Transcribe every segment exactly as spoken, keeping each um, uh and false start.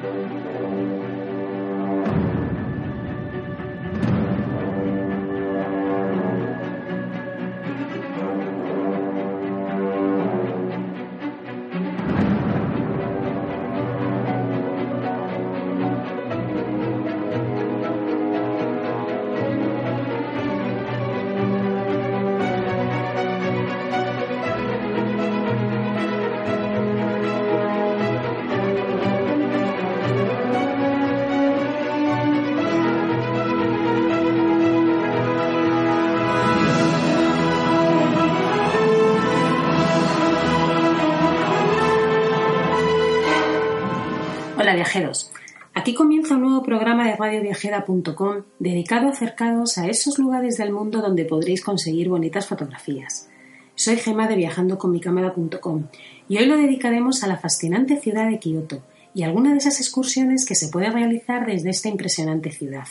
Hola viajeros, aquí comienza un nuevo programa de radio viajera punto com dedicado a acercaros a esos lugares del mundo donde podréis conseguir bonitas fotografías. Soy Gemma de viajando con mi cámara punto com y hoy lo dedicaremos a la fascinante ciudad de Kioto y a alguna de esas excursiones que se puede realizar desde esta impresionante ciudad.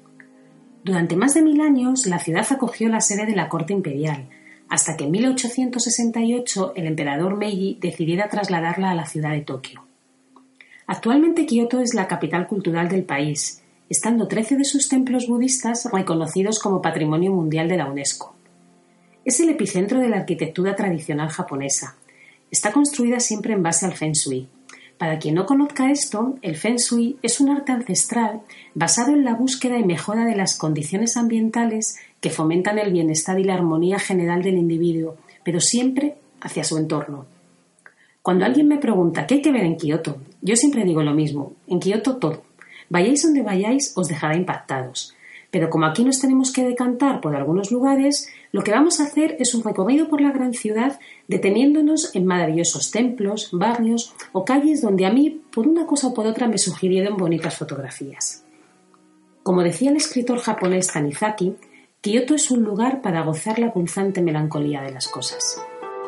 Durante más de mil años la ciudad acogió la sede de la corte imperial, hasta que en mil ochocientos sesenta y ocho el emperador Meiji decidiera trasladarla a la ciudad de Tokio. Actualmente Kioto es la capital cultural del país, estando trece de sus templos budistas reconocidos como Patrimonio Mundial de la UNESCO. Es el epicentro de la arquitectura tradicional japonesa. Está construida siempre en base al Feng Shui. Para quien no conozca esto, el Feng Shui es un arte ancestral basado en la búsqueda y mejora de las condiciones ambientales que fomentan el bienestar y la armonía general del individuo, pero siempre hacia su entorno. Cuando alguien me pregunta ¿qué hay que ver en Kioto?, yo siempre digo lo mismo: en Kioto todo. Vayáis donde vayáis os dejará impactados. Pero como aquí nos tenemos que decantar por algunos lugares, lo que vamos a hacer es un recorrido por la gran ciudad deteniéndonos en maravillosos templos, barrios o calles donde a mí, por una cosa o por otra, me sugirieron bonitas fotografías. Como decía el escritor japonés Tanizaki, Kioto es un lugar para gozar la punzante melancolía de las cosas.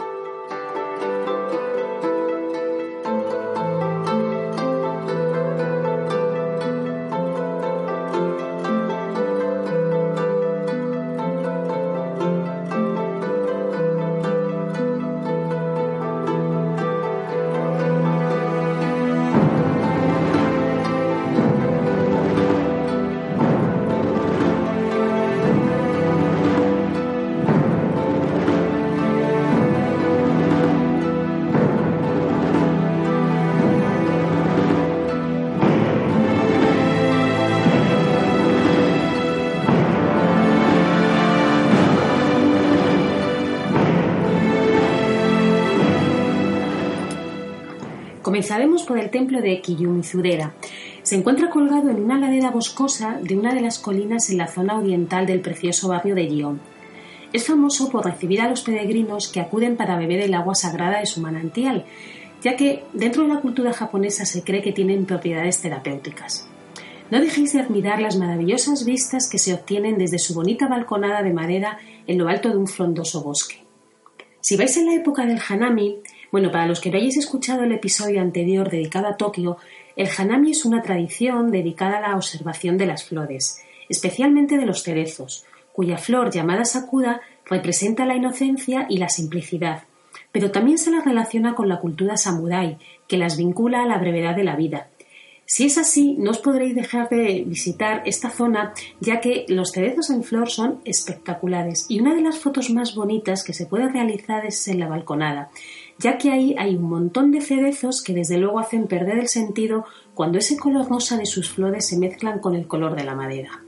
Comenzaremos por el templo de Kiyomizurera. Se encuentra colgado en una ladera boscosa de una de las colinas en la zona oriental del precioso barrio de Gion. Es famoso por recibir a los peregrinos que acuden para beber el agua sagrada de su manantial, ya que dentro de la cultura japonesa se cree que tienen propiedades terapéuticas. No dejéis de admirar las maravillosas vistas que se obtienen desde su bonita balconada de madera en lo alto de un frondoso bosque. Si vais en la época del Hanami, bueno, para los que no hayáis escuchado el episodio anterior dedicado a Tokio, el Hanami es una tradición dedicada a la observación de las flores, especialmente de los cerezos, cuya flor llamada Sakura representa la inocencia y la simplicidad, pero también se la relaciona con la cultura samurái, que las vincula a la brevedad de la vida. Si es así, no os podréis dejar de visitar esta zona, ya que los cerezos en flor son espectaculares y una de las fotos más bonitas que se puede realizar es en la balconada, ya que ahí hay un montón de cerezos que desde luego hacen perder el sentido cuando ese color rosa de sus flores se mezclan con el color de la madera.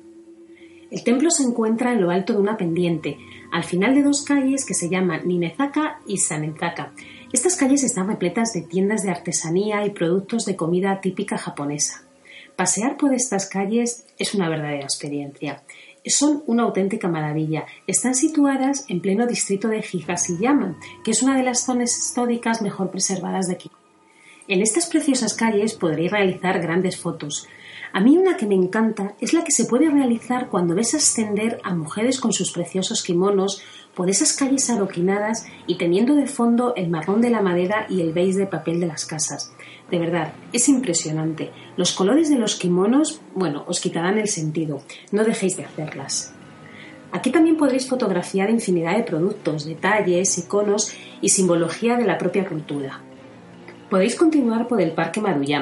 El templo se encuentra en lo alto de una pendiente, al final de dos calles que se llaman Ninezaka y Sanenzaka. Estas calles están repletas de tiendas de artesanía y productos de comida típica japonesa. Pasear por estas calles es una verdadera experiencia. Son una auténtica maravilla. Están situadas en pleno distrito de Higashiyama, que es una de las zonas históricas mejor preservadas de Kioto. En estas preciosas calles podréis realizar grandes fotos. A mí una que me encanta es la que se puede realizar cuando ves ascender a mujeres con sus preciosos kimonos por esas calles adoquinadas y teniendo de fondo el marrón de la madera y el beige de papel de las casas. De verdad, es impresionante. Los colores de los kimonos, bueno, os quitarán el sentido. No dejéis de hacerlas. Aquí también podréis fotografiar infinidad de productos, detalles, iconos y simbología de la propia cultura. Podéis continuar por el Parque Maruyama.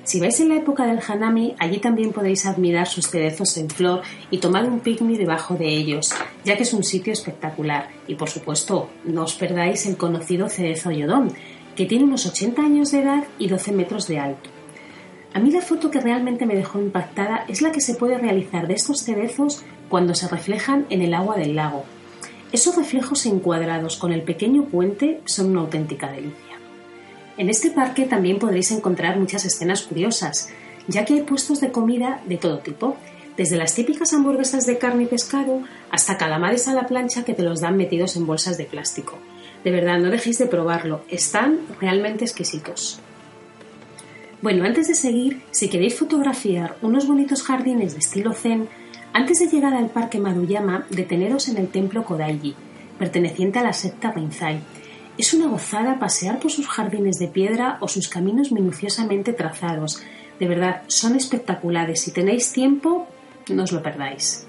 Si vais en la época del Hanami, allí también podéis admirar sus cerezos en flor y tomar un picnic debajo de ellos, ya que es un sitio espectacular. Y por supuesto, no os perdáis el conocido cerezo Yodon, que tiene unos ochenta años de edad y doce metros de alto. A mí la foto que realmente me dejó impactada es la que se puede realizar de estos cerezos cuando se reflejan en el agua del lago. Esos reflejos encuadrados con el pequeño puente son una auténtica delicia. En este parque también podréis encontrar muchas escenas curiosas, ya que hay puestos de comida de todo tipo, desde las típicas hamburguesas de carne y pescado hasta calamares a la plancha que te los dan metidos en bolsas de plástico. De verdad, no dejéis de probarlo, están realmente exquisitos. Bueno, antes de seguir, si queréis fotografiar unos bonitos jardines de estilo zen, antes de llegar al parque Maruyama, deteneros en el templo Kodaiji, perteneciente a la secta Rinzai. Es una gozada pasear por sus jardines de piedra o sus caminos minuciosamente trazados. De verdad, son espectaculares. Si tenéis tiempo, no os lo perdáis.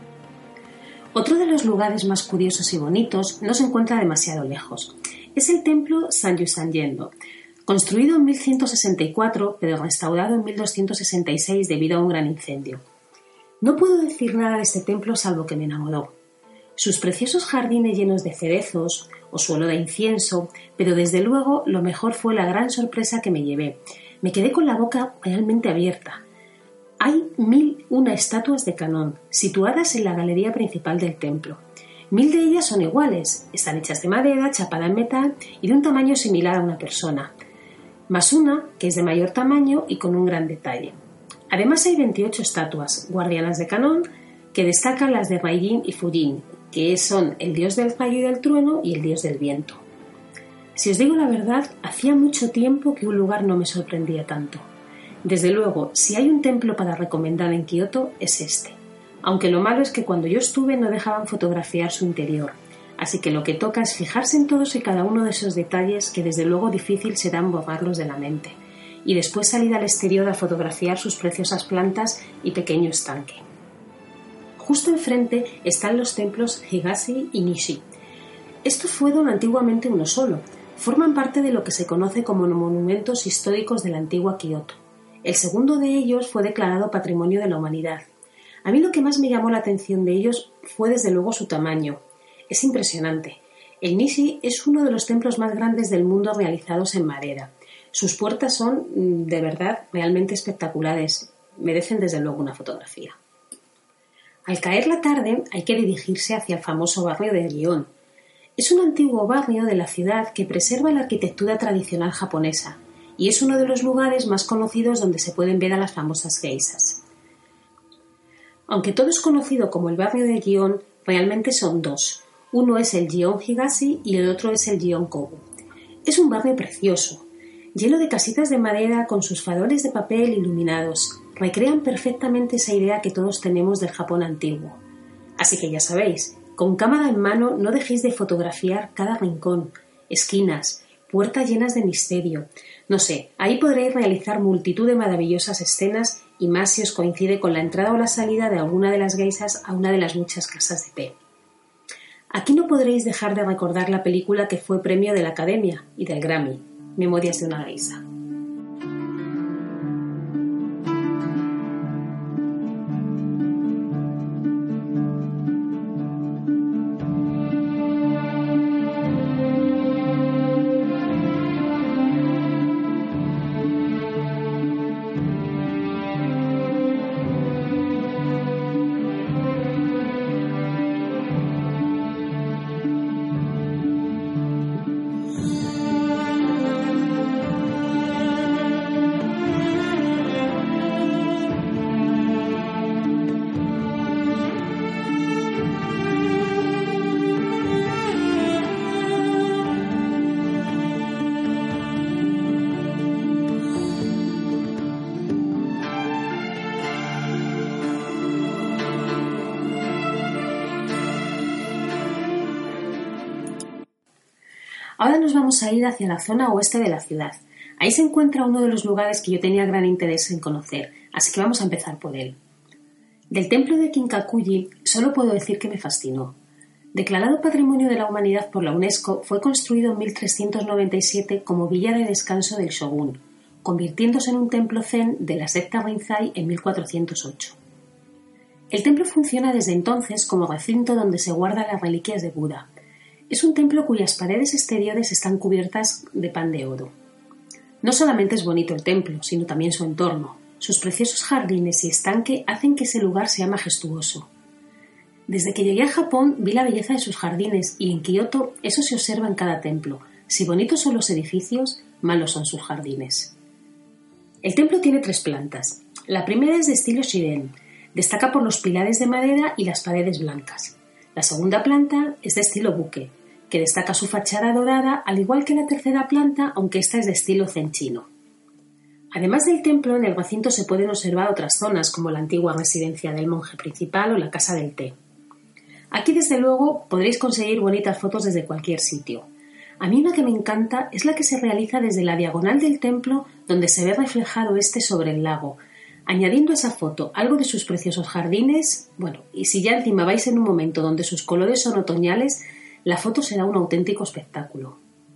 Otro de los lugares más curiosos y bonitos no se encuentra demasiado lejos. Es el templo Sanryū-Sanyendo, construido en mil ciento sesenta y cuatro, pero restaurado en mil doscientos sesenta y seis debido a un gran incendio. No puedo decir nada de este templo salvo que me enamoró. Sus preciosos jardines llenos de cerezos o suelo de incienso, pero desde luego lo mejor fue la gran sorpresa que me llevé. Me quedé con la boca realmente abierta. Hay mil una estatuas de Kannon, situadas en la galería principal del templo. Mil de ellas son iguales, están hechas de madera, chapada en metal y de un tamaño similar a una persona, más una que es de mayor tamaño y con un gran detalle. Además hay veintiocho estatuas, guardianas de Kannon, que destacan las de Raijin y Fujin, que son el dios del rayo y del trueno y el dios del viento. Si os digo la verdad, hacía mucho tiempo que un lugar no me sorprendía tanto. Desde luego, si hay un templo para recomendar en Kioto, es este. Aunque lo malo es que cuando yo estuve no dejaban fotografiar su interior, así que lo que toca es fijarse en todos y cada uno de esos detalles que desde luego difícil serán borrarlos de la mente, y después salir al exterior a fotografiar sus preciosas plantas y pequeño estanque. Justo enfrente están los templos Higashi y Nishi. Estos fueron antiguamente uno solo, forman parte de lo que se conoce como monumentos históricos de la antigua Kioto. El segundo de ellos fue declarado Patrimonio de la Humanidad. A mí lo que más me llamó la atención de ellos fue desde luego su tamaño. Es impresionante. El Nishi es uno de los templos más grandes del mundo realizados en madera. Sus puertas son, de verdad, realmente espectaculares. Merecen desde luego una fotografía. Al caer la tarde hay que dirigirse hacia el famoso barrio de Gion. Es un antiguo barrio de la ciudad que preserva la arquitectura tradicional japonesa y es uno de los lugares más conocidos donde se pueden ver a las famosas geishas. Aunque todo es conocido como el barrio de Gion, realmente son dos. Uno es el Gion Higashi y el otro es el Gion Kobu. Es un barrio precioso, lleno de casitas de madera con sus faroles de papel iluminados. Recrean perfectamente esa idea que todos tenemos del Japón antiguo. Así que ya sabéis, con cámara en mano no dejéis de fotografiar cada rincón, esquinas, puertas llenas de misterio. No sé, ahí podréis realizar multitud de maravillosas escenas y más si os coincide con la entrada o la salida de alguna de las geishas a una de las muchas casas de té. Aquí no podréis dejar de recordar la película que fue premio de la Academia y del Grammy, Memorias de una geisha. Ahora nos vamos a ir hacia la zona oeste de la ciudad. Ahí se encuentra uno de los lugares que yo tenía gran interés en conocer, así que vamos a empezar por él. Del templo de Kinkakuji solo puedo decir que me fascinó. Declarado Patrimonio de la Humanidad por la UNESCO, fue construido en mil trescientos noventa y siete como villa de descanso del Shogun, convirtiéndose en un templo zen de la secta Rinzai en mil cuatrocientos ocho. El templo funciona desde entonces como recinto donde se guardan las reliquias de Buda. Es un templo cuyas paredes exteriores están cubiertas de pan de oro. No solamente es bonito el templo, sino también su entorno. Sus preciosos jardines y estanque hacen que ese lugar sea majestuoso. Desde que llegué a Japón vi la belleza de sus jardines y en Kioto eso se observa en cada templo. Si bonitos son los edificios, malos son sus jardines. El templo tiene tres plantas. La primera es de estilo Shiren. Destaca por los pilares de madera y las paredes blancas. La segunda planta es de estilo buque, que destaca su fachada dorada, al igual que la tercera planta, aunque esta es de estilo zen chino. Además del templo, en el recinto se pueden observar otras zonas, como la antigua residencia del monje principal o la casa del té. Aquí, desde luego, podréis conseguir bonitas fotos desde cualquier sitio. A mí una que me encanta es la que se realiza desde la diagonal del templo, donde se ve reflejado este sobre el lago. Añadiendo a esa foto algo de sus preciosos jardines, bueno, y si ya encima vais en un momento donde sus colores son otoñales, la foto será un auténtico espectáculo.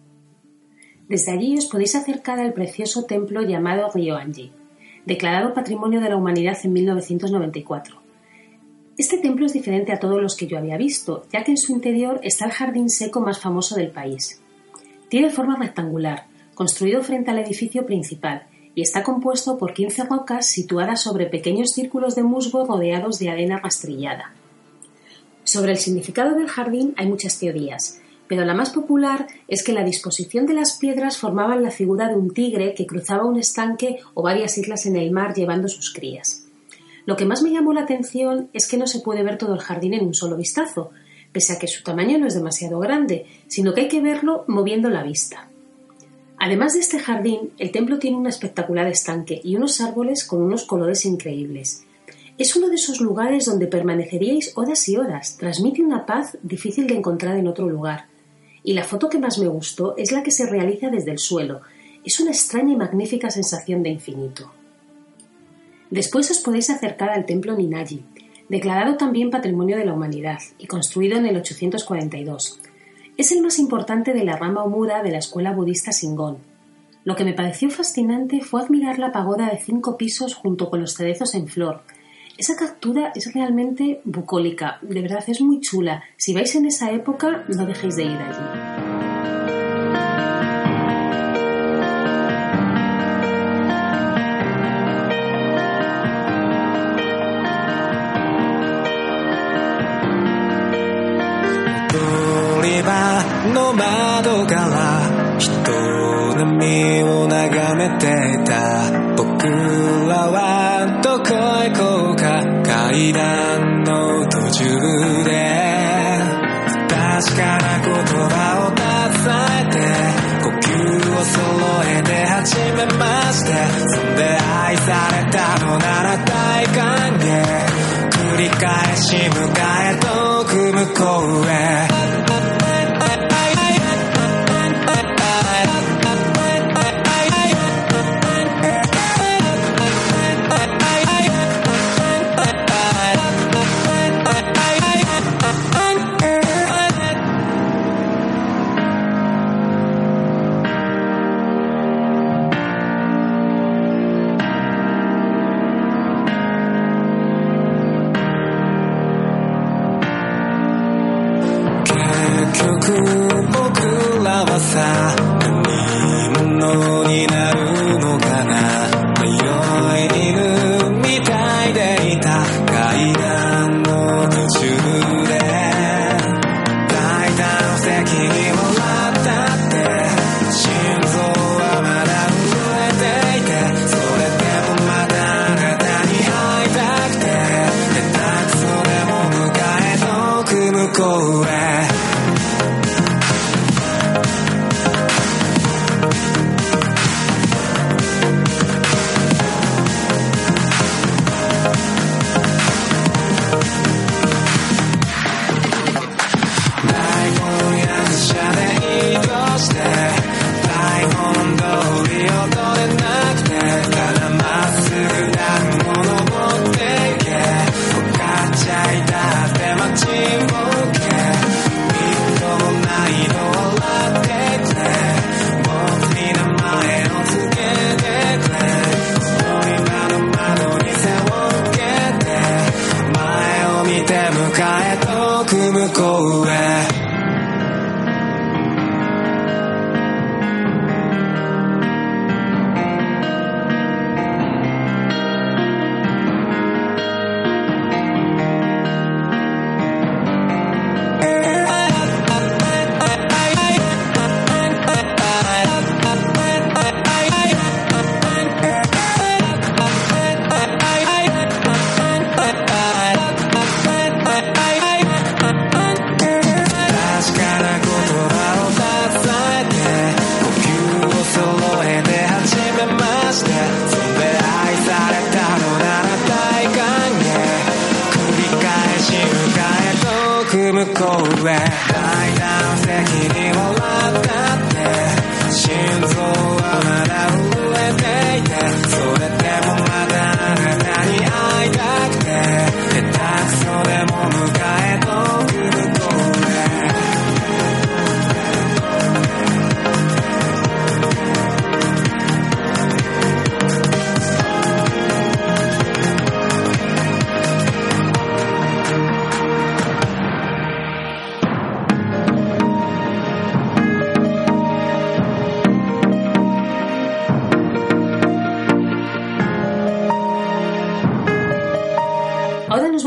Desde allí os podéis acercar al precioso templo llamado Ryoanji, declarado Patrimonio de la Humanidad en mil novecientos noventa y cuatro. Este templo es diferente a todos los que yo había visto, ya que en su interior está el jardín seco más famoso del país. Tiene forma rectangular, construido frente al edificio principal, y está compuesto por quince rocas situadas sobre pequeños círculos de musgo rodeados de arena rastrillada. Sobre el significado del jardín hay muchas teorías, pero la más popular es que la disposición de las piedras formaban la figura de un tigre que cruzaba un estanque o varias islas en el mar llevando sus crías. Lo que más me llamó la atención es que no se puede ver todo el jardín en un solo vistazo, pese a que su tamaño no es demasiado grande, sino que hay que verlo moviendo la vista. Además de este jardín, el templo tiene un espectacular estanque y unos árboles con unos colores increíbles. Es uno de esos lugares donde permaneceríais horas y horas, transmite una paz difícil de encontrar en otro lugar. Y la foto que más me gustó es la que se realiza desde el suelo. Es una extraña y magnífica sensación de infinito. Después os podéis acercar al templo Ninnaji, declarado también Patrimonio de la Humanidad y construido en el ochocientos cuarenta y dos. Es el más importante de la rama Omura de la escuela budista Shingon. Lo que me pareció fascinante fue admirar la pagoda de cinco pisos junto con los cerezos en flor. Esa captura es realmente bucólica, de verdad es muy chula. Si vais en esa época, no dejéis de ir allí. の窓から人波を眺めていた僕らはどこへ行こうか階段の途中で確かな言葉を伝えて呼吸を揃えて始めましてそんで愛されたのなら大歓迎繰り返し向かえ遠く向こうへちぼけ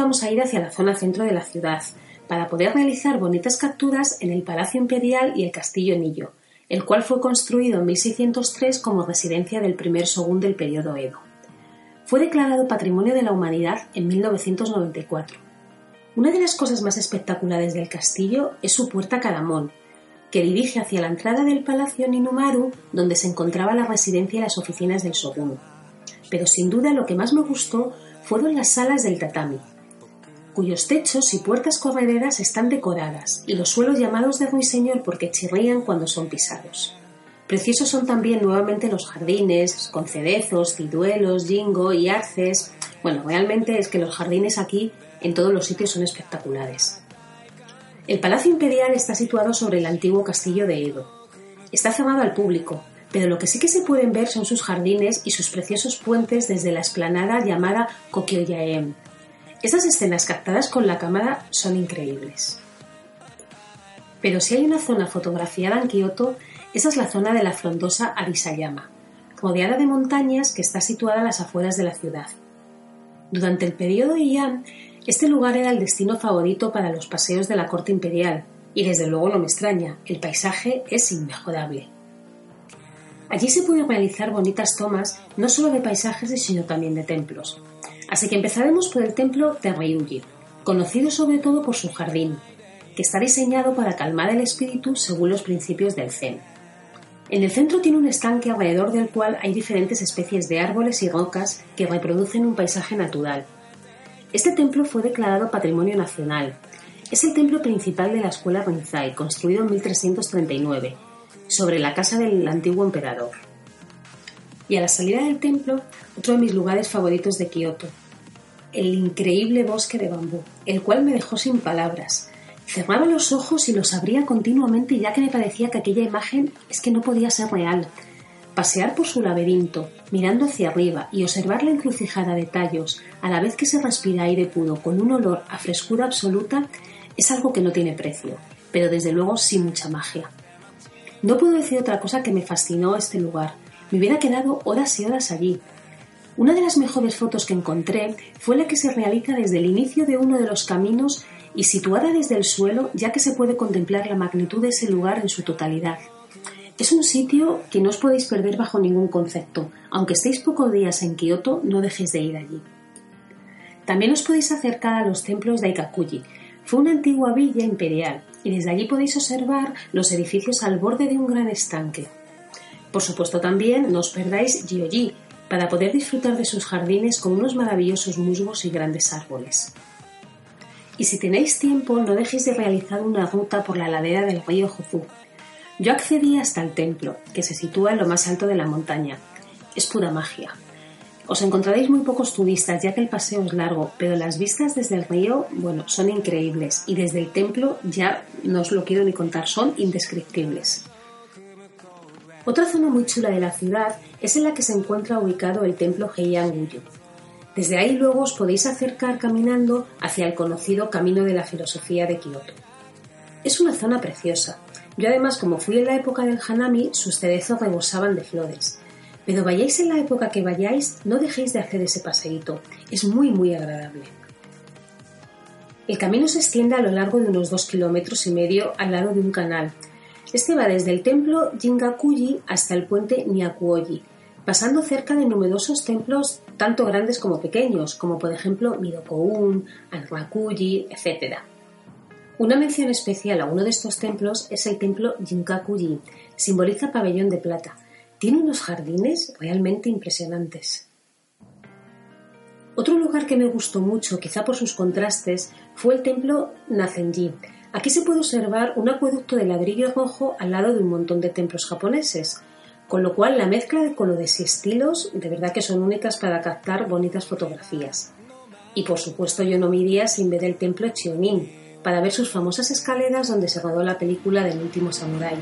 íbamos a ir hacia la zona centro de la ciudad, para poder realizar bonitas capturas en el Palacio Imperial y el Castillo Nillo, el cual fue construido en mil seiscientos tres como residencia del primer shōgun del periodo Edo. Fue declarado Patrimonio de la Humanidad en mil novecientos noventa y cuatro. Una de las cosas más espectaculares del castillo es su puerta Karamon, que dirige hacia la entrada del Palacio Ninumaru, donde se encontraba la residencia y las oficinas del shōgun. Pero sin duda lo que más me gustó fueron las salas del tatami, cuyos techos y puertas correderas están decoradas y los suelos llamados de ruiseñor porque chirrían cuando son pisados. Preciosos son también nuevamente los jardines, con cerezos, ciruelos, jingo y arces. Bueno, realmente es que los jardines aquí en todos los sitios son espectaculares. El Palacio Imperial está situado sobre el antiguo castillo de Edo. Está cerrado al público, pero lo que sí que se pueden ver son sus jardines y sus preciosos puentes desde la explanada llamada Kokyoyaen. Estas escenas captadas con la cámara son increíbles. Pero si hay una zona fotografiada en Kioto, esa es la zona de la frondosa Arisayama, rodeada de montañas que está situada a las afueras de la ciudad. Durante el periodo Heian, este lugar era el destino favorito para los paseos de la corte imperial, y desde luego no me extraña, el paisaje es inmejorable. Allí se pueden realizar bonitas tomas no solo de paisajes sino también de templos. Así que empezaremos por el templo Tenryuji, conocido sobre todo por su jardín, que está diseñado para calmar el espíritu según los principios del Zen. En el centro tiene un estanque alrededor del cual hay diferentes especies de árboles y rocas que reproducen un paisaje natural. Este templo fue declarado Patrimonio Nacional. Es el templo principal de la escuela Rinzai, construido en mil trescientos treinta y nueve, sobre la casa del antiguo emperador. Y a la salida del templo, otro de mis lugares favoritos de Kioto, el increíble bosque de bambú, el cual me dejó sin palabras. Cerraba los ojos y los abría continuamente ya que me parecía que aquella imagen es que no podía ser real. Pasear por su laberinto, mirando hacia arriba y observar la encrucijada de tallos a la vez que se respira aire puro con un olor a frescura absoluta es algo que no tiene precio, pero desde luego sí mucha magia. No puedo decir otra cosa que me fascinó este lugar. Me hubiera quedado horas y horas allí. Una de las mejores fotos que encontré fue la que se realiza desde el inicio de uno de los caminos y situada desde el suelo, ya que se puede contemplar la magnitud de ese lugar en su totalidad. Es un sitio que no os podéis perder bajo ningún concepto. Aunque estéis pocos días en Kioto, no dejéis de ir allí. También os podéis acercar a los templos de Aikakuji. Fue una antigua villa imperial y desde allí podéis observar los edificios al borde de un gran estanque. Por supuesto también no os perdáis Gyoji, para poder disfrutar de sus jardines con unos maravillosos musgos y grandes árboles. Y si tenéis tiempo, no dejéis de realizar una ruta por la ladera del río Hozu. Yo accedí hasta el templo, que se sitúa en lo más alto de la montaña. Es pura magia. Os encontraréis muy pocos turistas, ya que el paseo es largo, pero las vistas desde el río, bueno, son increíbles, y desde el templo ya no os lo quiero ni contar, son indescriptibles. Otra zona muy chula de la ciudad es en la que se encuentra ubicado el templo Heian-gūryu. Desde ahí luego os podéis acercar caminando hacia el conocido Camino de la Filosofía de Kioto. Es una zona preciosa. Yo además, como fui en la época del Hanami, sus cerezos rebosaban de flores. Pero vayáis en la época que vayáis, no dejéis de hacer ese paseíto. Es muy muy agradable. El camino se extiende a lo largo de unos dos kilómetros y medio al lado de un canal. Este va desde el templo Jingakuji hasta el puente Nyakuoji, pasando cerca de numerosos templos tanto grandes como pequeños, como por ejemplo Midokoun, Anrakuji, etcétera. Una mención especial a uno de estos templos es el templo Jinkakuji, simboliza pabellón de plata. Tiene unos jardines realmente impresionantes. Otro lugar que me gustó mucho, quizá por sus contrastes, fue el templo Nazenji. Aquí se puede observar un acueducto de ladrillo rojo al lado de un montón de templos japoneses, con lo cual la mezcla de colores y estilos de verdad que son únicas para captar bonitas fotografías. Y por supuesto yo no me iría sin ver el templo Chionin, para ver sus famosas escaleras donde se rodó la película del último samurái.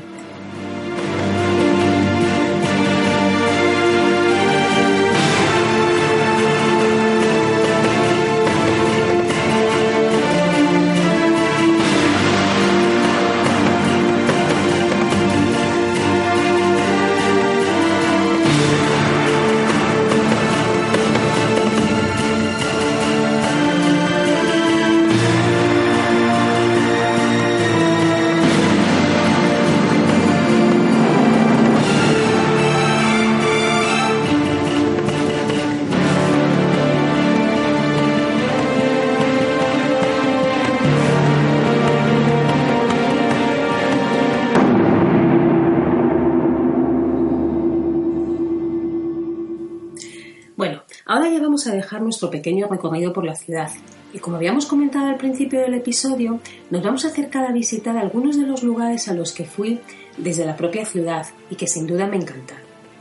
vamos a dejar nuestro pequeño recorrido por la ciudad. Y como habíamos comentado al principio del episodio, nos vamos a acercar a visitar algunos de los lugares a los que fui desde la propia ciudad y que sin duda me encantaron.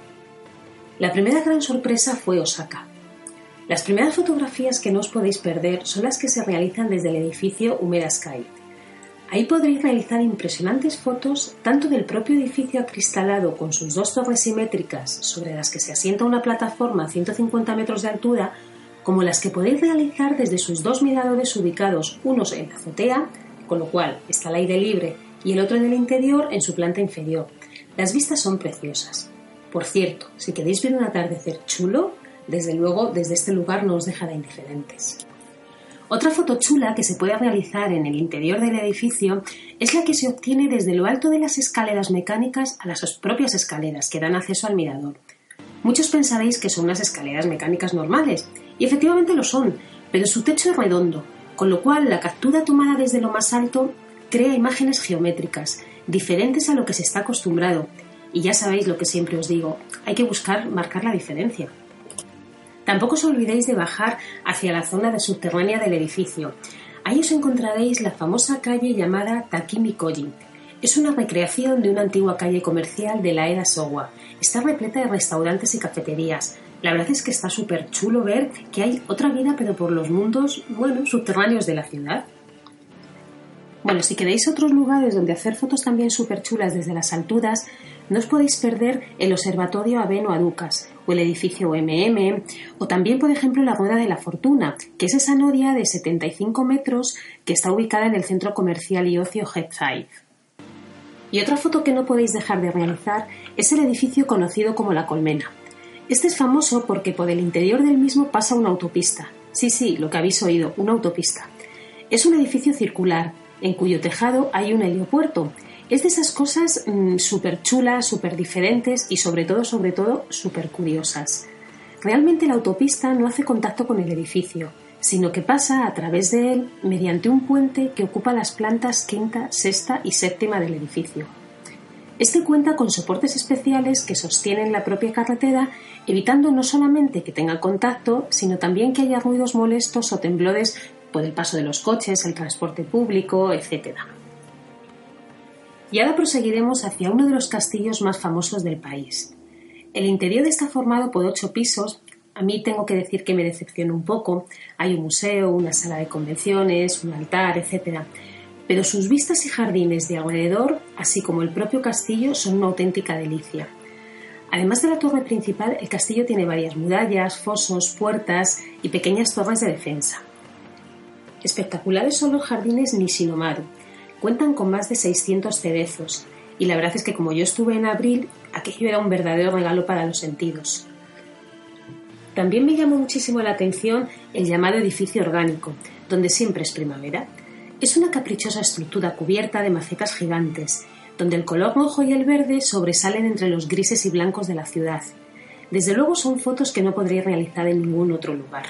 La primera gran sorpresa fue Osaka. Las primeras fotografías que no os podéis perder son las que se realizan desde el edificio Umeda Sky. Ahí podréis realizar impresionantes fotos tanto del propio edificio acristalado con sus dos torres simétricas sobre las que se asienta una plataforma a ciento cincuenta metros de altura, como las que podéis realizar desde sus dos miradores ubicados, unos en la azotea, con lo cual está al aire libre, y el otro en el interior en su planta inferior. Las vistas son preciosas. Por cierto, si queréis ver un atardecer chulo, desde luego desde este lugar no os dejará indiferentes. Otra foto chula que se puede realizar en el interior del edificio es la que se obtiene desde lo alto de las escaleras mecánicas a las propias escaleras que dan acceso al mirador. Muchos pensaréis que son unas escaleras mecánicas normales, y efectivamente lo son, pero su techo es redondo, con lo cual la captura tomada desde lo más alto crea imágenes geométricas, diferentes a lo que se está acostumbrado, y ya sabéis lo que siempre os digo, hay que buscar marcar la diferencia. Tampoco os olvidéis de bajar hacia la zona de subterránea del edificio. Ahí os encontraréis la famosa calle llamada Takimi-Koji. Es una recreación de una antigua calle comercial de la era Showa. Está repleta de restaurantes y cafeterías. La verdad es que está súper chulo ver que hay otra vida, pero por los mundos, bueno, subterráneos de la ciudad. Bueno, si queréis otros lugares donde hacer fotos también súper chulas desde las alturas, no os podéis perder el Observatorio Abeno Aducas o el edificio O M M o también, por ejemplo, la Rueda de la Fortuna, que es esa noria de setenta y cinco metros que está ubicada en el centro comercial y ocio Headside. Y otra foto que no podéis dejar de realizar es el edificio conocido como La Colmena. Este es famoso porque por el interior del mismo pasa una autopista. Sí, sí, lo que habéis oído, una autopista. Es un edificio circular, en cuyo tejado hay un heliopuerto. Es de esas cosas mmm, súper chulas, súper diferentes y sobre todo, sobre todo, súper curiosas. Realmente la autopista no hace contacto con el edificio, sino que pasa a través de él mediante un puente que ocupa las plantas quinta, sexta y séptima del edificio. Este cuenta con soportes especiales que sostienen la propia carretera, evitando no solamente que tenga contacto, sino también que haya ruidos molestos o temblores por el paso de los coches, el transporte público, etcétera. Y ahora proseguiremos hacia uno de los castillos más famosos del país. El interior está formado por ocho pisos. A mí tengo que decir que me decepciona un poco. Hay un museo, una sala de convenciones, un altar, etcétera. Pero sus vistas y jardines de alrededor, así como el propio castillo, son una auténtica delicia. Además de la torre principal, el castillo tiene varias murallas, fosos, puertas y pequeñas torres de defensa. Espectaculares son los jardines Nishinomaru. Cuentan con más de seiscientos cerezos y la verdad es que como yo estuve en abril, aquello era un verdadero regalo para los sentidos. También me llamó muchísimo la atención el llamado edificio orgánico, donde siempre es primavera. Es una caprichosa estructura cubierta de macetas gigantes, donde el color rojo y el verde sobresalen entre los grises y blancos de la ciudad. Desde luego son fotos que no podréis realizar en ningún otro lugar.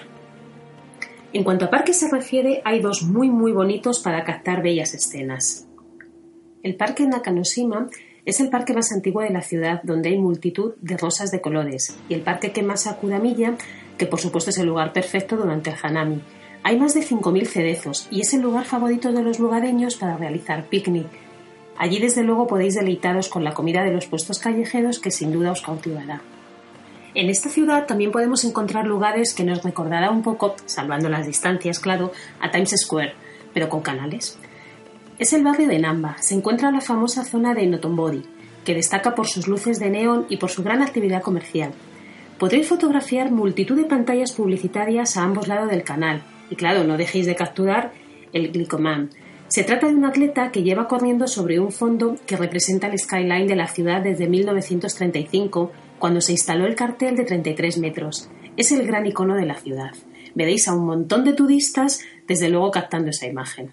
En cuanto a parques se refiere, hay dos muy muy bonitos para captar bellas escenas. El parque Nakanoshima es el parque más antiguo de la ciudad, donde hay multitud de rosas de colores, y el parque Kemasa Kudamiya, que por supuesto es el lugar perfecto durante el Hanami. Hay más de cinco mil cerezos y es el lugar favorito de los lugareños para realizar picnic. Allí desde luego podéis deleitaros con la comida de los puestos callejeros que sin duda os cautivará. En esta ciudad también podemos encontrar lugares que nos recordará un poco, salvando las distancias, claro, a Times Square, pero con canales. Es el barrio de Namba. Se encuentra la famosa zona de Notonbori, que destaca por sus luces de neón y por su gran actividad comercial. Podréis fotografiar multitud de pantallas publicitarias a ambos lados del canal. Y claro, no dejéis de capturar el Glicoman. Se trata de un atleta que lleva corriendo sobre un fondo que representa el skyline de la ciudad desde mil novecientos treinta y cinco, cuando se instaló el cartel de treinta y tres metros. Es el gran icono de la ciudad. Veréis a un montón de turistas, desde luego captando esa imagen.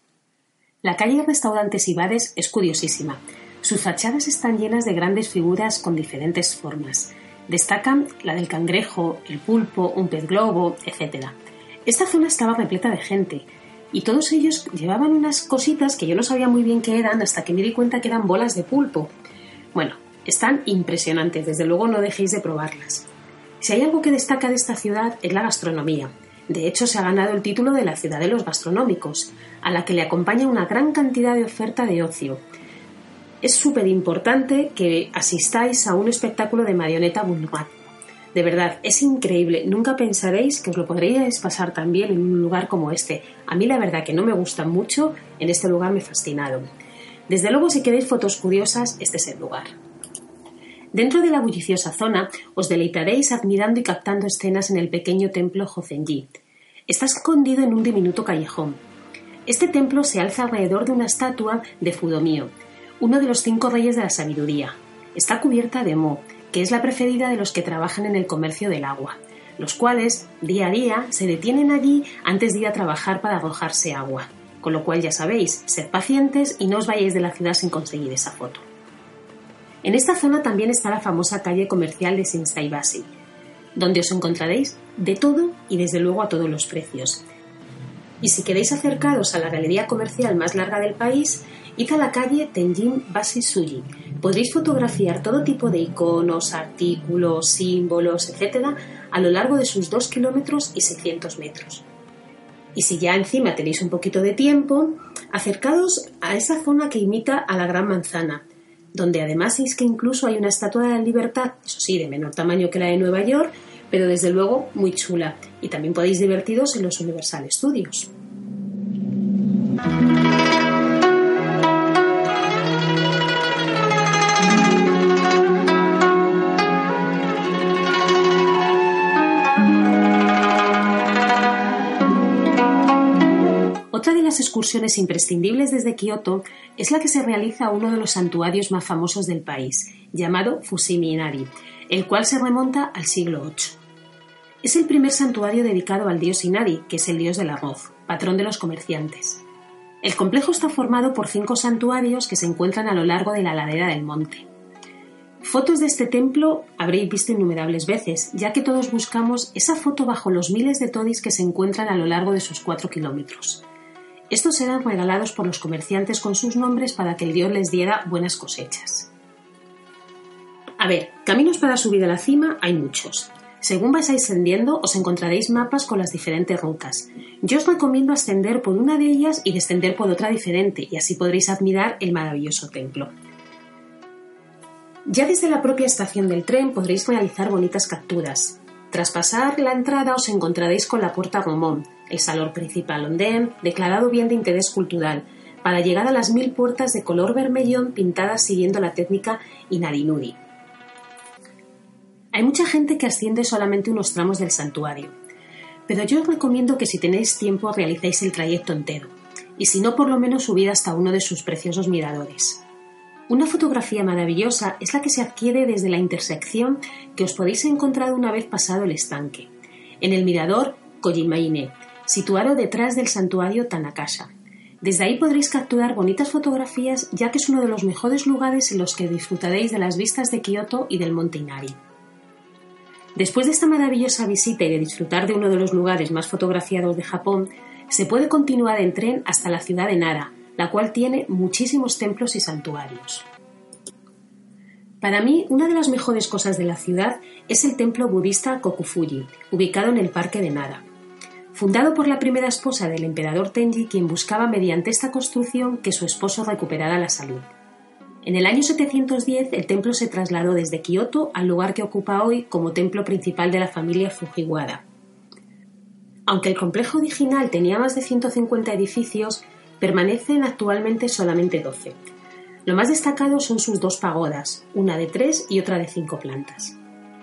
La calle de restaurantes y bares es curiosísima. Sus fachadas están llenas de grandes figuras con diferentes formas. Destacan la del cangrejo, el pulpo, un pez globo, etcétera. Esta zona estaba repleta de gente y todos ellos llevaban unas cositas que yo no sabía muy bien qué eran hasta que me di cuenta que eran bolas de pulpo. Bueno, están impresionantes, desde luego no dejéis de probarlas. Si hay algo que destaca de esta ciudad es la gastronomía. De hecho, se ha ganado el título de la ciudad de los gastronómicos, a la que le acompaña una gran cantidad de oferta de ocio. Es súper importante que asistáis a un espectáculo de marioneta Bunrat. De verdad, es increíble. Nunca pensaréis que os lo podríais pasar tan bien en un lugar como este. A mí la verdad que no me gustan mucho, en este lugar me fascinaron. Desde luego, si queréis fotos curiosas, este es el lugar. Dentro de la bulliciosa zona, os deleitaréis admirando y captando escenas en el pequeño templo Jozenji. Está escondido en un diminuto callejón. Este templo se alza alrededor de una estatua de Fudomio, uno de los cinco reyes de la sabiduría. Está cubierta de mo, que es la preferida de los que trabajan en el comercio del agua, los cuales, día a día, se detienen allí antes de ir a trabajar para arrojarse agua. Con lo cual ya sabéis, sed pacientes y no os vayáis de la ciudad sin conseguir esa foto. En esta zona también está la famosa calle comercial de Sinstaibasi, donde os encontraréis de todo y desde luego a todos los precios. Y si queréis acercaros a la galería comercial más larga del país, id a la calle Tenjin Basi Suji. Podréis fotografiar todo tipo de iconos, artículos, símbolos, etcétera a lo largo de sus dos kilómetros y seiscientos metros. Y si ya encima tenéis un poquito de tiempo, acercaos a esa zona que imita a la Gran Manzana, donde además es que incluso hay una estatua de la libertad, eso sí, de menor tamaño que la de Nueva York, pero desde luego muy chula. Y también podéis divertiros en los Universal Studios. Otra de las excursiones imprescindibles desde Kioto es la que se realiza a uno de los santuarios más famosos del país, llamado Fushimi Inari, el cual se remonta al siglo ocho. Es el primer santuario dedicado al dios Inari, que es el dios del arroz, patrón de los comerciantes. El complejo está formado por cinco santuarios que se encuentran a lo largo de la ladera del monte. Fotos de este templo habréis visto innumerables veces, ya que todos buscamos esa foto bajo los miles de todis que se encuentran a lo largo de sus cuatro kilómetros. Estos eran regalados por los comerciantes con sus nombres para que el dios les diera buenas cosechas. A ver, caminos para subir a la cima hay muchos. Según vais ascendiendo, os encontraréis mapas con las diferentes rutas. Yo os recomiendo ascender por una de ellas y descender por otra diferente, y así podréis admirar el maravilloso templo. Ya desde la propia estación del tren podréis realizar bonitas capturas. Tras pasar la entrada os encontraréis con la Puerta Romón, el salón principal Onden, declarado bien de interés cultural, para llegar a las mil puertas de color vermellón pintadas siguiendo la técnica Inari-Nuri. Hay mucha gente que asciende solamente unos tramos del santuario, pero yo os recomiendo que si tenéis tiempo realicéis el trayecto entero, y si no por lo menos subid hasta uno de sus preciosos miradores. Una fotografía maravillosa es la que se adquiere desde la intersección que os podéis encontrar una vez pasado el estanque, en el mirador Kojimaine, situado detrás del santuario Tanakasha. Desde ahí podréis capturar bonitas fotografías, ya que es uno de los mejores lugares en los que disfrutaréis de las vistas de Kioto y del monte Inari. Después de esta maravillosa visita y de disfrutar de uno de los lugares más fotografiados de Japón, se puede continuar en tren hasta la ciudad de Nara, la cual tiene muchísimos templos y santuarios. Para mí, una de las mejores cosas de la ciudad es el templo budista Kokufuji, ubicado en el parque de Nara. Fundado por la primera esposa del emperador Tenji, quien buscaba mediante esta construcción que su esposo recuperara la salud. En el año setecientos diez, el templo se trasladó desde Kioto al lugar que ocupa hoy como templo principal de la familia Fujiwara. Aunque el complejo original tenía más de ciento cincuenta edificios, permanecen actualmente solamente doce. Lo más destacado son sus dos pagodas, una de tres y otra de cinco plantas.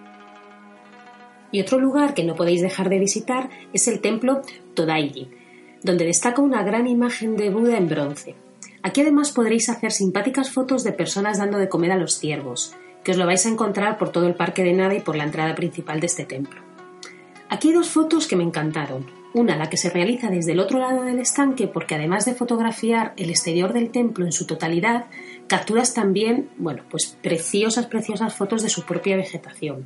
Y otro lugar que no podéis dejar de visitar es el templo Todaiji, donde destaca una gran imagen de Buda en bronce. Aquí además podréis hacer simpáticas fotos de personas dando de comer a los ciervos, que os lo vais a encontrar por todo el parque de Nara y por la entrada principal de este templo. Aquí hay dos fotos que me encantaron. Una, la que se realiza desde el otro lado del estanque, porque además de fotografiar el exterior del templo en su totalidad, capturas también, bueno, pues preciosas, preciosas fotos de su propia vegetación.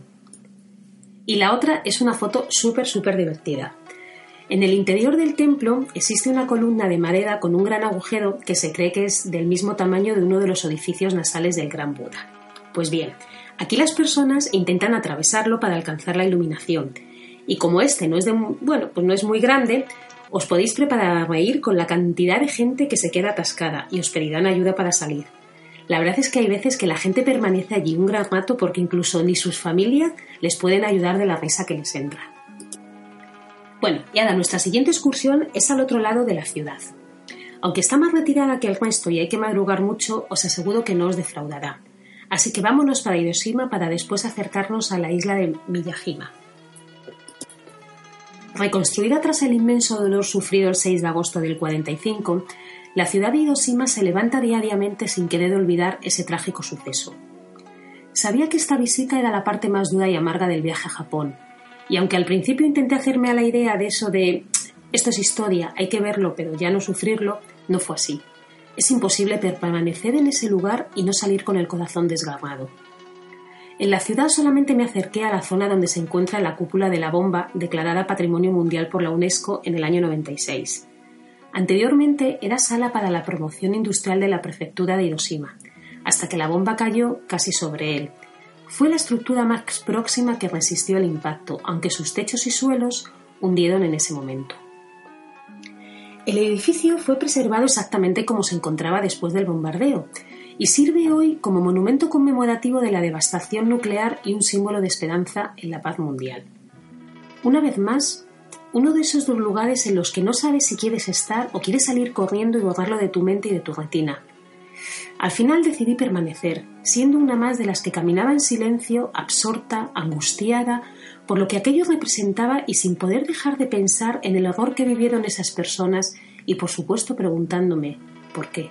Y la otra es una foto súper, súper divertida. En el interior del templo existe una columna de madera con un gran agujero que se cree que es del mismo tamaño de uno de los orificios nasales del Gran Buda. Pues bien, Aquí las personas intentan atravesarlo para alcanzar la iluminación, y como este no es de, bueno, pues no es muy grande, os podéis preparar a reír con la cantidad de gente que se queda atascada y os pedirán ayuda para salir. La verdad es que hay veces que la gente permanece allí un gran rato porque incluso ni sus familias les pueden ayudar de la risa que les entra. Bueno, y ahora nuestra siguiente excursión es al otro lado de la ciudad. Aunque está más retirada que el resto y hay que madrugar mucho, os aseguro que no os defraudará. Así que vámonos para Hiroshima para después acercarnos a la isla de Miyajima. Reconstruida tras el inmenso dolor sufrido el seis de agosto del cuarenta y cinco, la ciudad de Hiroshima se levanta diariamente sin querer olvidar ese trágico suceso. Sabía que esta visita era la parte más dura y amarga del viaje a Japón, y aunque al principio intenté hacerme a la idea de eso de esto es historia, hay que verlo pero ya no sufrirlo, no fue así. Es imposible permanecer en ese lugar y no salir con el corazón desgarrado. En la ciudad solamente me acerqué a la zona donde se encuentra la cúpula de la bomba declarada Patrimonio Mundial por la UNESCO en el año noventa y seis. Anteriormente era sala para la promoción industrial de la prefectura de Hiroshima, hasta que la bomba cayó casi sobre él. Fue la estructura más próxima que resistió el impacto, aunque sus techos y suelos hundieron en ese momento. El edificio fue preservado exactamente como se encontraba después del bombardeo, y sirve hoy como monumento conmemorativo de la devastación nuclear y un símbolo de esperanza en la paz mundial. Una vez más, uno de esos dos lugares en los que no sabes si quieres estar o quieres salir corriendo y borrarlo de tu mente y de tu retina. Al final decidí permanecer, siendo una más de las que caminaba en silencio, absorta, angustiada, por lo que aquello representaba y sin poder dejar de pensar en el horror que vivieron esas personas y por supuesto preguntándome ¿por qué?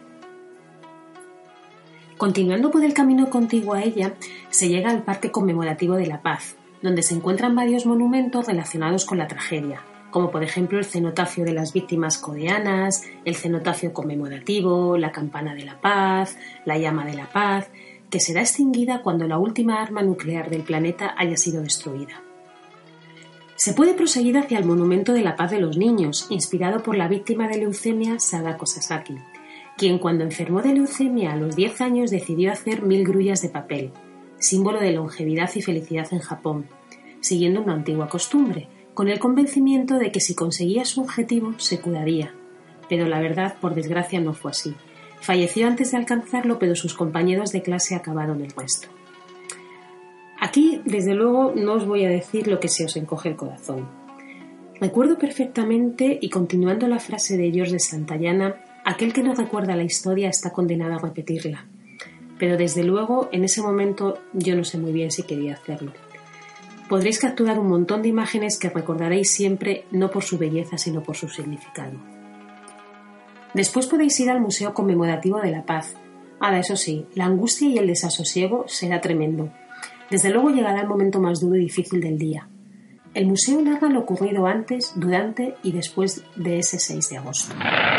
Continuando por el camino contiguo a ella, se llega al Parque Conmemorativo de la Paz, donde se encuentran varios monumentos relacionados con la tragedia, como por ejemplo el cenotafio de las víctimas coreanas, el cenotafio conmemorativo, la campana de la paz, la llama de la paz, que será extinguida cuando la última arma nuclear del planeta haya sido destruida. Se puede proseguir hacia el Monumento de la Paz de los Niños, inspirado por la víctima de leucemia Sadako Sasaki, quien cuando enfermó de leucemia a los diez años decidió hacer mil grullas de papel, símbolo de longevidad y felicidad en Japón, siguiendo una antigua costumbre, con el convencimiento de que si conseguía su objetivo se curaría. Pero la verdad, por desgracia, no fue así. Falleció antes de alcanzarlo, pero sus compañeros de clase acabaron el resto. Aquí, desde luego, no os voy a decir lo que se os encoge el corazón. Recuerdo perfectamente, y continuando la frase de George de Santayana, aquel que no recuerda la historia está condenado a repetirla. Pero desde luego, en ese momento, yo no sé muy bien si quería hacerlo. Podréis capturar un montón de imágenes que recordaréis siempre, no por su belleza, sino por su significado. Después podéis ir al Museo Conmemorativo de la Paz. Ahora, eso sí, la angustia y el desasosiego será tremendo. Desde luego llegará el momento más duro y difícil del día. El museo narra lo ocurrido antes, durante y después de ese seis de agosto.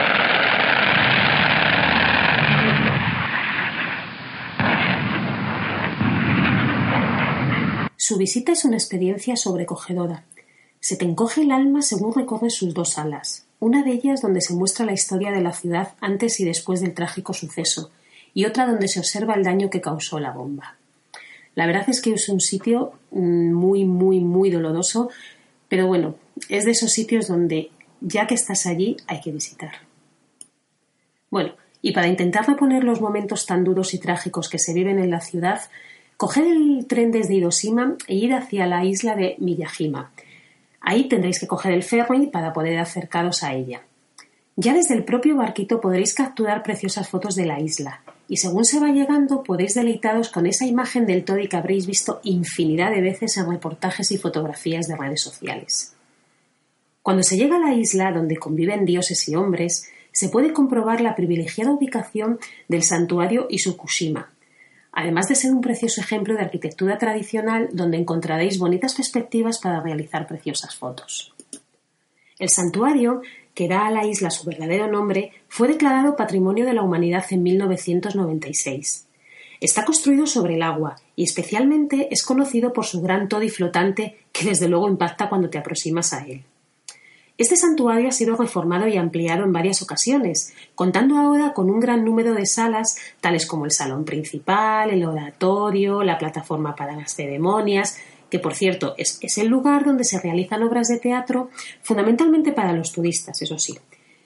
Su visita es una experiencia sobrecogedora. Se te encoge el alma según recorres sus dos salas, una de ellas donde se muestra la historia de la ciudad antes y después del trágico suceso, y otra donde se observa el daño que causó la bomba. La verdad es que es un sitio muy, muy, muy doloroso, pero bueno, es de esos sitios donde, ya que estás allí, hay que visitar. Bueno, y para intentar reponer los momentos tan duros y trágicos que se viven en la ciudad, coged el tren desde Hiroshima e ir hacia la isla de Miyajima. Ahí tendréis que coger el ferry para poder acercaros a ella. Ya desde el propio barquito podréis capturar preciosas fotos de la isla, y según se va llegando podéis deleitaros con esa imagen del Tori que habréis visto infinidad de veces en reportajes y fotografías de redes sociales. Cuando se llega a la isla donde conviven dioses y hombres, se puede comprobar la privilegiada ubicación del santuario Isukushima, además de ser un precioso ejemplo de arquitectura tradicional donde encontraréis bonitas perspectivas para realizar preciosas fotos. El santuario, que da a la isla su verdadero nombre, fue declarado Patrimonio de la Humanidad en mil novecientos noventa y seis. Está construido sobre el agua y especialmente es conocido por su gran todi flotante que desde luego impacta cuando te aproximas a él. Este santuario ha sido reformado y ampliado en varias ocasiones, contando ahora con un gran número de salas, tales como el salón principal, el oratorio, la plataforma para las ceremonias, que por cierto es, es el lugar donde se realizan obras de teatro, fundamentalmente para los turistas, eso sí.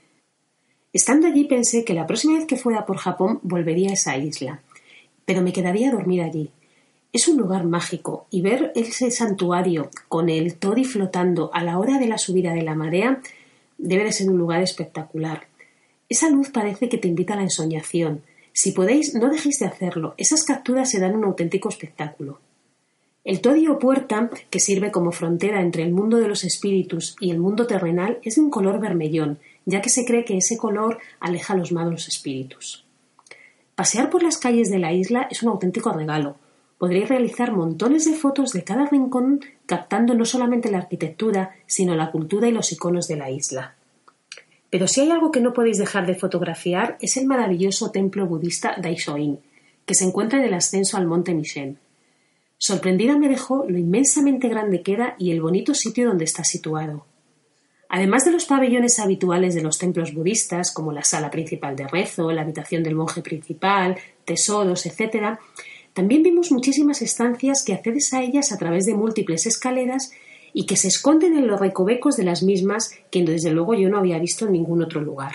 Estando allí pensé que la próxima vez que fuera por Japón volvería a esa isla, pero me quedaría a dormir allí. Es un lugar mágico y ver ese santuario con el tori flotando a la hora de la subida de la marea debe de ser un lugar espectacular. Esa luz parece que te invita a la ensoñación. Si podéis, no dejéis de hacerlo. Esas capturas se dan un auténtico espectáculo. El tori o puerta, que sirve como frontera entre el mundo de los espíritus y el mundo terrenal, es de un color vermellón, ya que se cree que ese color aleja a los malos espíritus. Pasear por las calles de la isla es un auténtico regalo. Podréis realizar montones de fotos de cada rincón, captando no solamente la arquitectura, sino la cultura y los iconos de la isla. Pero si hay algo que no podéis dejar de fotografiar es el maravilloso templo budista Daishoin, que se encuentra en el ascenso al monte Nishen. Sorprendida me dejó lo inmensamente grande que era y el bonito sitio donde está situado. Además de los pabellones habituales de los templos budistas, como la sala principal de rezo, la habitación del monje principal, tesoros, etcétera, también vimos muchísimas estancias que accedes a ellas a través de múltiples escaleras y que se esconden en los recovecos de las mismas que desde luego yo no había visto en ningún otro lugar.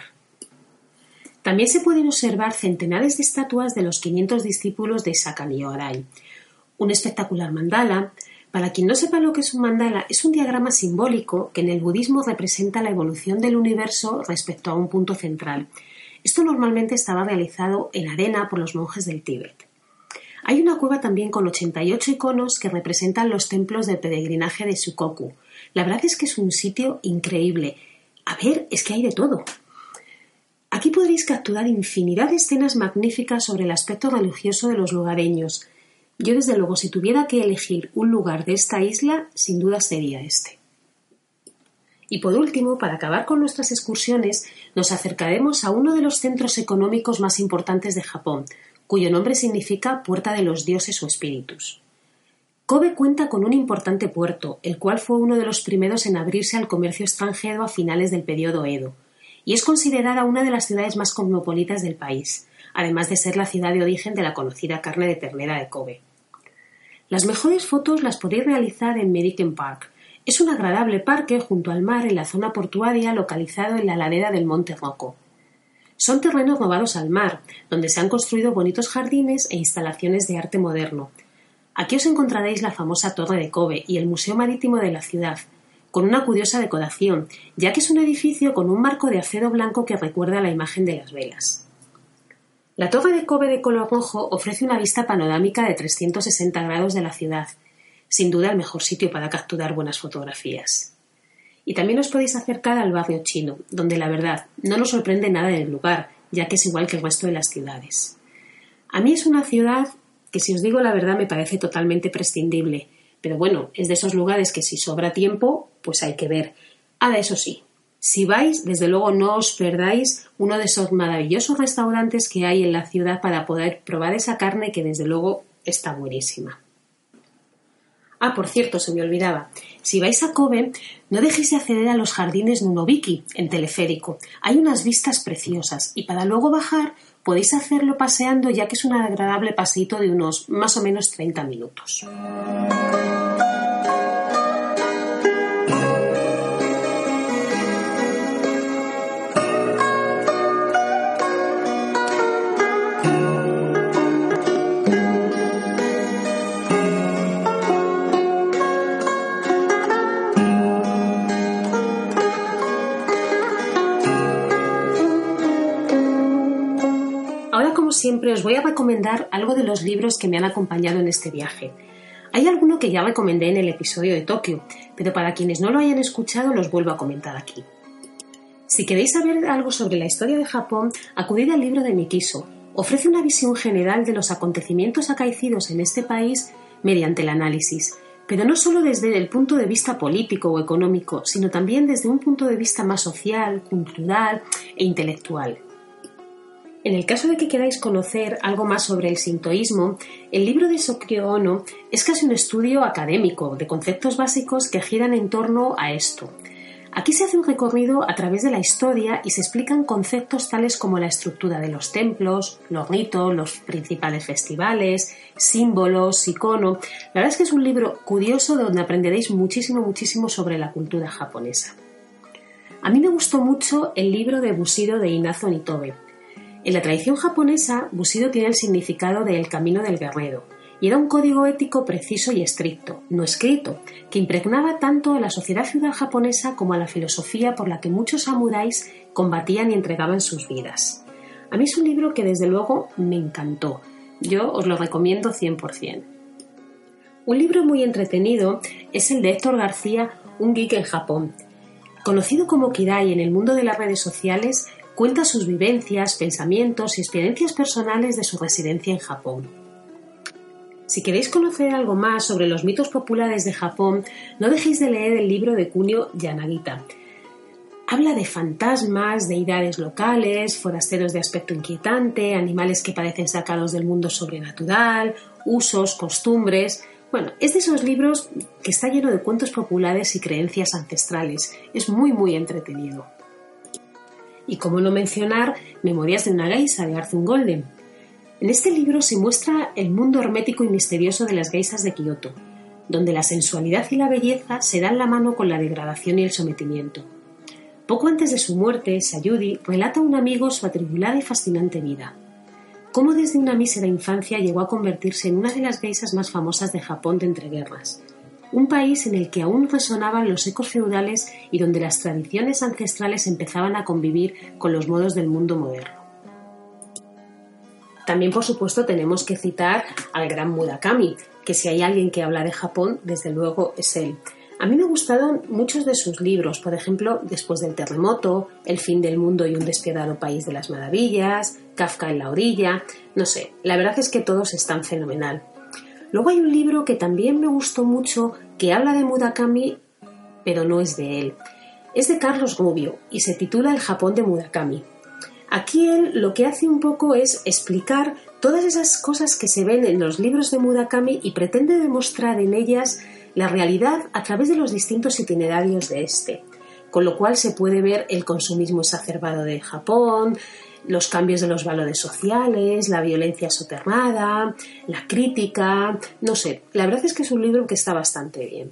También se pueden observar centenares de estatuas de los quinientos discípulos de Sakaniorai, un espectacular mandala. Para quien no sepa lo que es un mandala, es un diagrama simbólico que en el budismo representa la evolución del universo respecto a un punto central. Esto normalmente estaba realizado en arena por los monjes del Tíbet. Hay una cueva también con ochenta y ocho iconos que representan los templos de peregrinaje de Shikoku. La verdad es que es un sitio increíble. A ver, es que hay de todo. Aquí podréis capturar infinidad de escenas magníficas sobre el aspecto religioso de los lugareños. Yo, desde luego, si tuviera que elegir un lugar de esta isla, sin duda sería este. Y por último, para acabar con nuestras excursiones, nos acercaremos a uno de los centros económicos más importantes de Japón, cuyo nombre significa Puerta de los Dioses o Espíritus. Kobe cuenta con un importante puerto, el cual fue uno de los primeros en abrirse al comercio extranjero a finales del periodo Edo, y es considerada una de las ciudades más cosmopolitas del país, además de ser la ciudad de origen de la conocida carne de ternera de Kobe. Las mejores fotos las podéis realizar en Mediken Park. Es un agradable parque junto al mar en la zona portuaria localizado en la ladera del Monte Rocco. Son terrenos robados al mar, donde se han construido bonitos jardines e instalaciones de arte moderno. Aquí os encontraréis la famosa Torre de Kobe y el Museo Marítimo de la ciudad, con una curiosa decoración, ya que es un edificio con un marco de acero blanco que recuerda a la imagen de las velas. La Torre de Kobe de color rojo ofrece una vista panorámica de trescientos sesenta grados de la ciudad, sin duda el mejor sitio para capturar buenas fotografías. Y también os podéis acercar al barrio chino, donde la verdad no nos sorprende nada en el lugar, ya que es igual que el resto de las ciudades. A mí es una ciudad que, si os digo la verdad, me parece totalmente prescindible, pero bueno, es de esos lugares que si sobra tiempo, pues hay que ver. Ahora, eso sí, si vais, desde luego no os perdáis uno de esos maravillosos restaurantes que hay en la ciudad para poder probar esa carne que desde luego está buenísima. Ah, por cierto, se me olvidaba. Si vais a Kobe, no dejéis de acceder a los jardines Nunobiki en teleférico. Hay unas vistas preciosas y para luego bajar podéis hacerlo paseando, ya que es un agradable paseíto de unos más o menos treinta minutos. Siempre os voy a recomendar algo de los libros que me han acompañado en este viaje. Hay alguno que ya recomendé en el episodio de Tokio, pero para quienes no lo hayan escuchado los vuelvo a comentar aquí. Si queréis saber algo sobre la historia de Japón, acudid al libro de Mikiso. Ofrece una visión general de los acontecimientos acaecidos en este país mediante el análisis, pero no solo desde el punto de vista político o económico, sino también desde un punto de vista más social, cultural e intelectual. En el caso de que queráis conocer algo más sobre el sintoísmo, el libro de Sokyo Ono es casi un estudio académico de conceptos básicos que giran en torno a esto. Aquí se hace un recorrido a través de la historia y se explican conceptos tales como la estructura de los templos, los ritos, los principales festivales, símbolos, icono. La verdad es que es un libro curioso donde aprenderéis muchísimo, muchísimo sobre la cultura japonesa. A mí me gustó mucho el libro de Bushido de Inazo Nitobe. En la tradición japonesa, Bushido tiene el significado de El camino del guerrero, y era un código ético preciso y estricto, no escrito, que impregnaba tanto a la sociedad feudal japonesa como a la filosofía por la que muchos samuráis combatían y entregaban sus vidas. A mí es un libro que desde luego me encantó. Yo os lo recomiendo cien por ciento. Un libro muy entretenido es el de Héctor García, Un geek en Japón. Conocido como Kirai en el mundo de las redes sociales, cuenta sus vivencias, pensamientos y experiencias personales de su residencia en Japón. Si queréis conocer algo más sobre los mitos populares de Japón, no dejéis de leer el libro de Kunio Yanagita. Habla de fantasmas, deidades locales, forasteros de aspecto inquietante, animales que parecen sacados del mundo sobrenatural, usos, costumbres. Bueno, es de esos libros que está lleno de cuentos populares y creencias ancestrales. Es muy, muy entretenido. Y cómo no mencionar Memorias de una geisha de Arthur Golden. En este libro se muestra el mundo hermético y misterioso de las geishas de Kioto, donde la sensualidad y la belleza se dan la mano con la degradación y el sometimiento. Poco antes de su muerte, Sayuri relata a un amigo su atribulada y fascinante vida. Cómo desde una mísera infancia llegó a convertirse en una de las geishas más famosas de Japón de entreguerras, un país en el que aún resonaban los ecos feudales y donde las tradiciones ancestrales empezaban a convivir con los modos del mundo moderno. También, por supuesto, tenemos que citar al gran Murakami, que si hay alguien que habla de Japón, desde luego es él. A mí me gustaron muchos de sus libros, por ejemplo, Después del terremoto, El fin del mundo y un despiadado país de las maravillas, Kafka en la orilla, no sé, la verdad es que todos están fenomenal. Luego hay un libro que también me gustó mucho, que habla de Murakami, pero no es de él. Es de Carlos Rubio y se titula El Japón de Murakami. Aquí él lo que hace un poco es explicar todas esas cosas que se ven en los libros de Murakami y pretende demostrar en ellas la realidad a través de los distintos itinerarios de este, con lo cual se puede ver el consumismo exacerbado de Japón, los cambios de los valores sociales, la violencia soterrada, la crítica, no sé, la verdad es que es un libro que está bastante bien.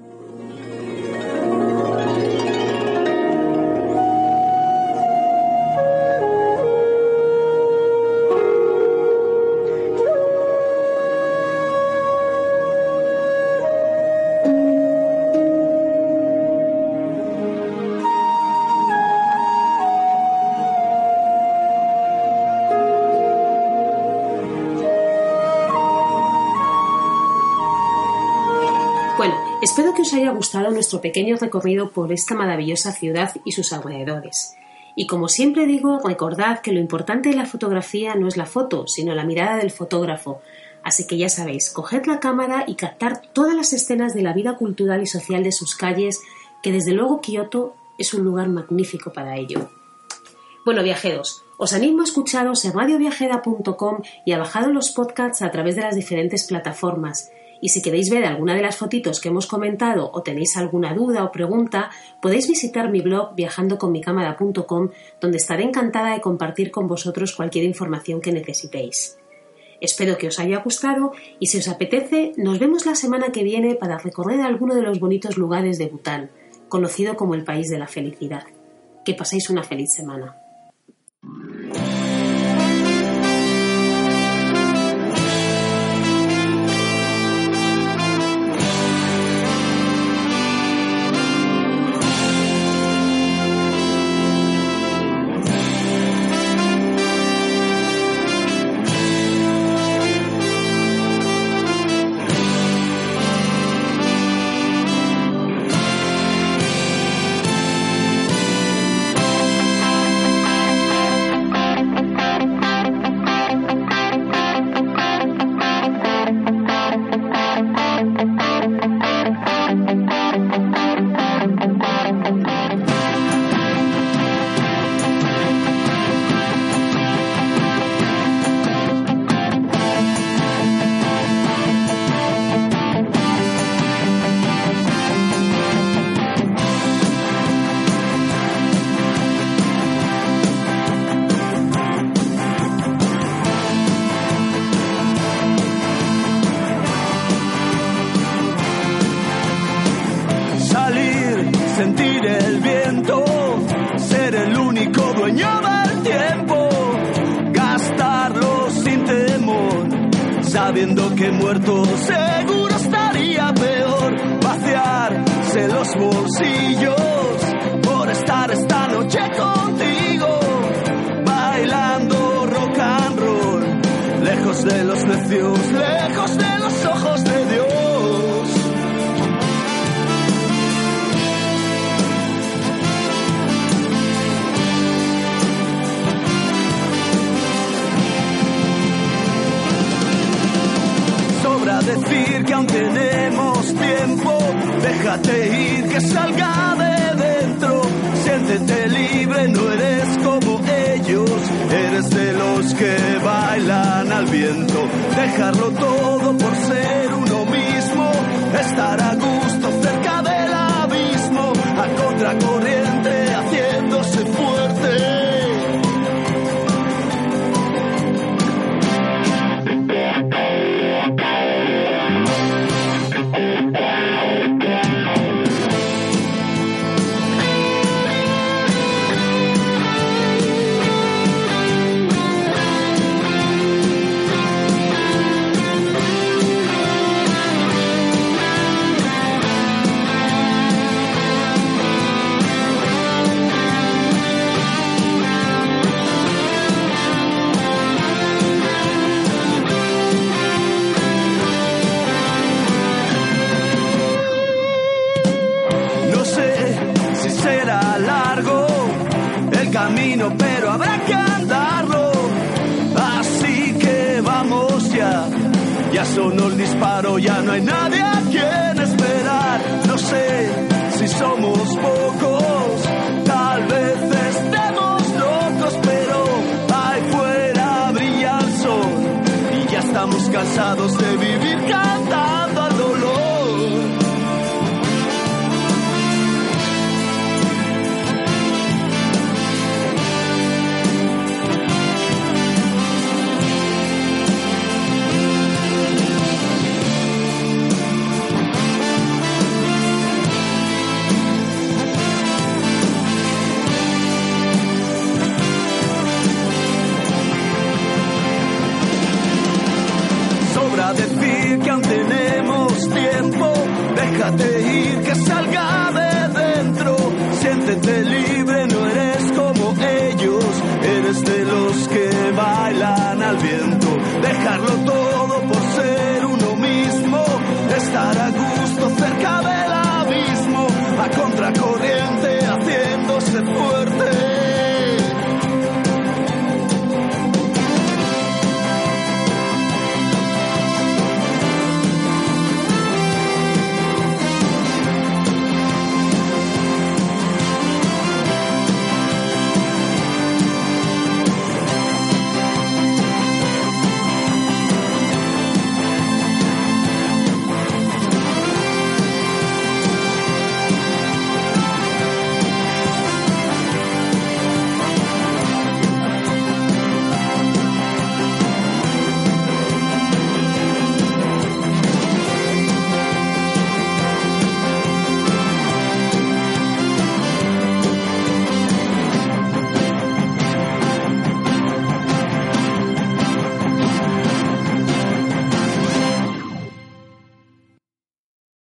Espero que os haya gustado nuestro pequeño recorrido por esta maravillosa ciudad y sus alrededores. Y como siempre digo, recordad que lo importante de la fotografía no es la foto, sino la mirada del fotógrafo. Así que ya sabéis, coged la cámara y captar todas las escenas de la vida cultural y social de sus calles, que desde luego Kioto es un lugar magnífico para ello. Bueno, viajeros, os animo a escucharos en radio viajera punto com y a bajar los podcasts a través de las diferentes plataformas. Y si queréis ver alguna de las fotitos que hemos comentado o tenéis alguna duda o pregunta, podéis visitar mi blog viajando con mi cámara punto com, donde estaré encantada de compartir con vosotros cualquier información que necesitéis. Espero que os haya gustado y si os apetece, nos vemos la semana que viene para recorrer alguno de los bonitos lugares de Bután, conocido como el país de la felicidad. Que paséis una feliz semana. sabiendo que muerto seguro estaría peor. Vaciarse los bolsillos por estar esta noche contigo, bailando rock and roll, lejos de los necios, lejos de los ojos de Dios. Sobra decir que aún tenemos tiempo, déjate ir, que salga de dentro. Siéntete libre, no eres como ellos, eres de los que bailan al viento. Dejarlo todo por ser uno mismo, estar a gusto cerca del abismo, a contracorriente haciéndose fuerte. Camino, pero habrá que andarlo, así que vamos ya. Ya sonó el disparo, ya no hay nadie a quien esperar. No sé si somos pocos, tal vez estemos locos, pero ahí fuera brilla el sol y ya estamos cansados de vivir cantando.